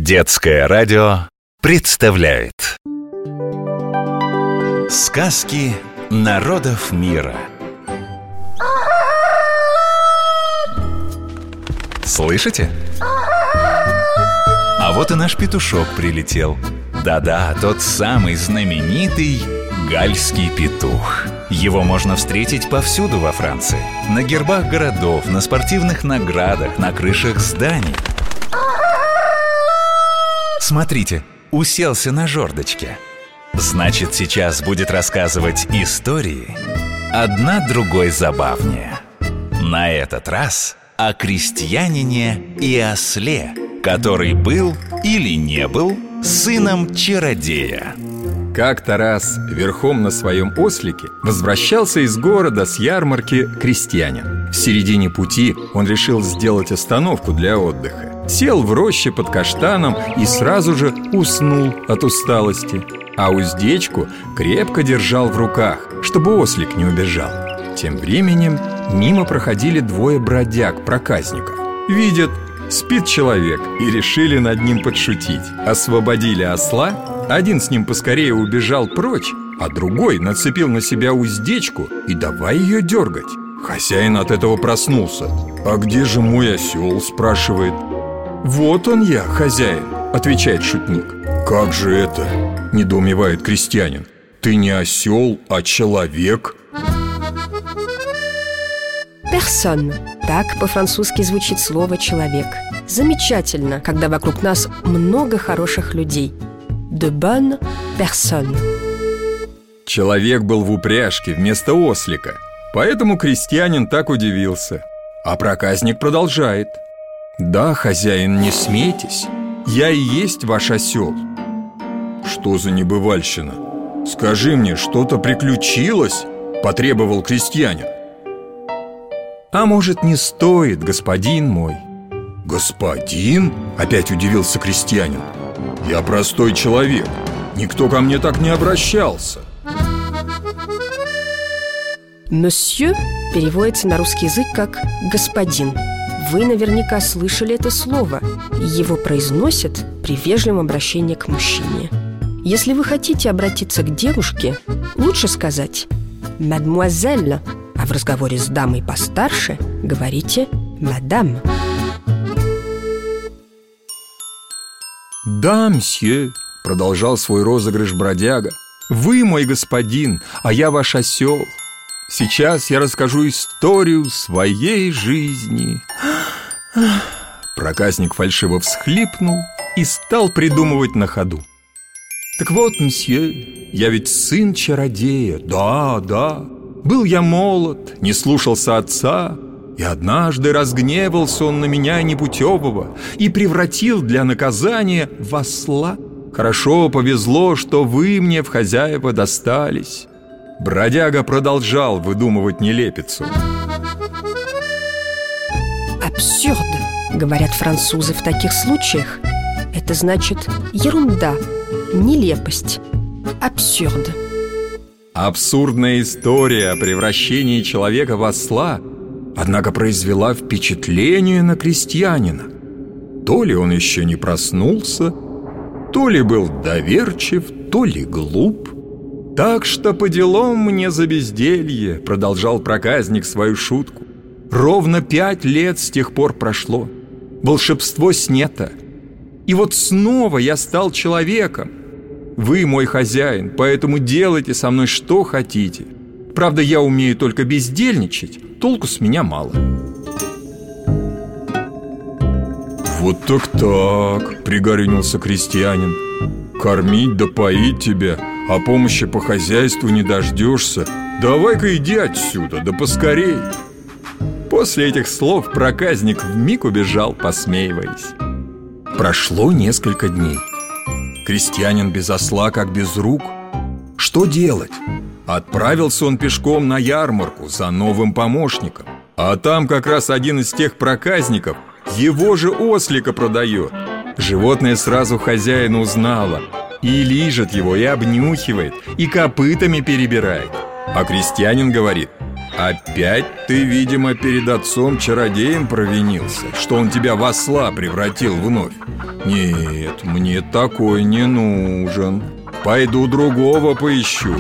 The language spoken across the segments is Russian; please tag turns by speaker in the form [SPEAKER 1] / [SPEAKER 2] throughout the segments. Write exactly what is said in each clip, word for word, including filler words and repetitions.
[SPEAKER 1] Детское радио представляет сказки народов мира. Слышите? А вот и наш петушок прилетел. Да-да, тот самый знаменитый гальский петух. Его можно встретить повсюду во Франции. На гербах городов, на спортивных наградах, на крышах зданий. Смотрите, уселся на жердочке. Значит, сейчас будет рассказывать истории, одна другой забавнее. На этот раз о крестьянине и осле, который был или не был сыном чародея.
[SPEAKER 2] Как-то раз верхом на своем ослике возвращался из города с ярмарки крестьянин. В середине пути он решил сделать остановку для отдыха. Сел в роще под каштаном и сразу же уснул от усталости. А уздечку крепко держал в руках, чтобы ослик не убежал. Тем временем мимо проходили двое бродяг-проказников. Видят, спит человек, и решили над ним подшутить. Освободили осла. Один с ним поскорее убежал прочь, а другой нацепил на себя уздечку и давай ее дергать. Хозяин от этого проснулся. «А где же мой осел?» – спрашивает. «Вот он я, хозяин», – отвечает шутник. «Как же это?» – недоумевает крестьянин. «Ты не осел, а человек».
[SPEAKER 3] Personne. Так по-французски звучит слово «человек». Замечательно, когда вокруг нас много хороших людей. De bonnes personnes.
[SPEAKER 2] Человек был в упряжке вместо ослика, поэтому крестьянин так удивился. А проказник продолжает. «Да, хозяин, не смейтесь, я и есть ваш осел». «Что за небывальщина? Скажи мне, что-то приключилось?» – потребовал крестьянин. «А может, не стоит, господин мой?» «Господин?» – опять удивился крестьянин. «Я простой человек, никто ко мне так не обращался».
[SPEAKER 3] «Monsieur» переводится на русский язык как «господин». Вы наверняка слышали это слово. Его произносят при вежливом обращении к мужчине. Если вы хотите обратиться к девушке, лучше сказать «мадемуазель», а в разговоре с дамой постарше говорите «мадам».
[SPEAKER 2] «Да, мсье», — продолжал свой розыгрыш бродяга, «вы мой господин, а я ваш осел. Сейчас я расскажу историю своей жизни». Проказник фальшиво всхлипнул и стал придумывать на ходу. «Так вот, мсье, я ведь сын чародея, да, да. Был я молод, не слушался отца, и однажды разгневался он на меня непутевого и превратил для наказания в осла. Хорошо повезло, что вы мне в хозяева достались». Бродяга продолжал выдумывать нелепицу.
[SPEAKER 3] «Абсурд», говорят французы в таких случаях. Это значит ерунда, нелепость. Абсурд.
[SPEAKER 2] Абсурдная история о превращении человека в осла, однако произвела впечатление на крестьянина. То ли он еще не проснулся, то ли был доверчив, то ли глуп. «Так что по делам мне за безделье», — продолжал проказник свою шутку. «Ровно пять лет с тех пор прошло. Волшебство снято. И вот снова я стал человеком. Вы мой хозяин, поэтому делайте со мной что хотите. Правда, я умею только бездельничать, толку с меня мало». «Вот так-так», — пригорюнился крестьянин. «Кормить да поить тебя, а помощи по хозяйству не дождешься. Давай-ка иди отсюда, да поскорей». После этих слов проказник вмиг убежал, посмеиваясь. Прошло несколько дней. Крестьянин без осла, как без рук. Что делать? Отправился он пешком на ярмарку за новым помощником. А там как раз один из тех проказников его же ослика продает. Животное сразу хозяина узнало и лижет его, и обнюхивает, и копытами перебирает. А крестьянин говорит: Опять ты, видимо, перед отцом-чародеем провинился, что он тебя в осла превратил вновь. Нет, мне такой не нужен. Пойду другого поищу.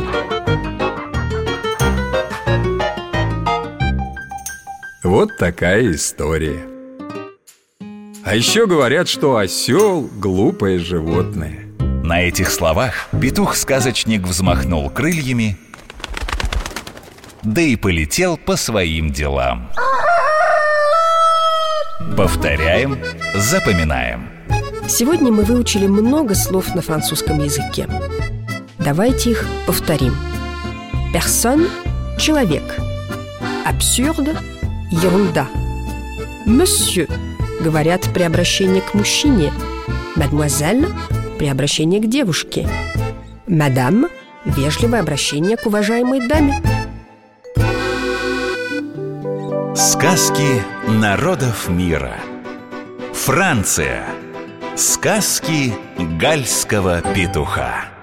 [SPEAKER 2] Вот такая история. А еще говорят, что осел – глупое животное.
[SPEAKER 1] На этих словах петух-сказочник взмахнул крыльями, да и полетел по своим делам. Повторяем, запоминаем.
[SPEAKER 3] Сегодня мы выучили много слов на французском языке. Давайте их повторим. Personne – человек. Absurde – ерунда. Monsieur – говорят при обращении к мужчине. Mademoiselle – при обращении к девушке. Madame – вежливое обращение к уважаемой даме.
[SPEAKER 1] Сказки народов мира. Франция. Сказки гальского петуха.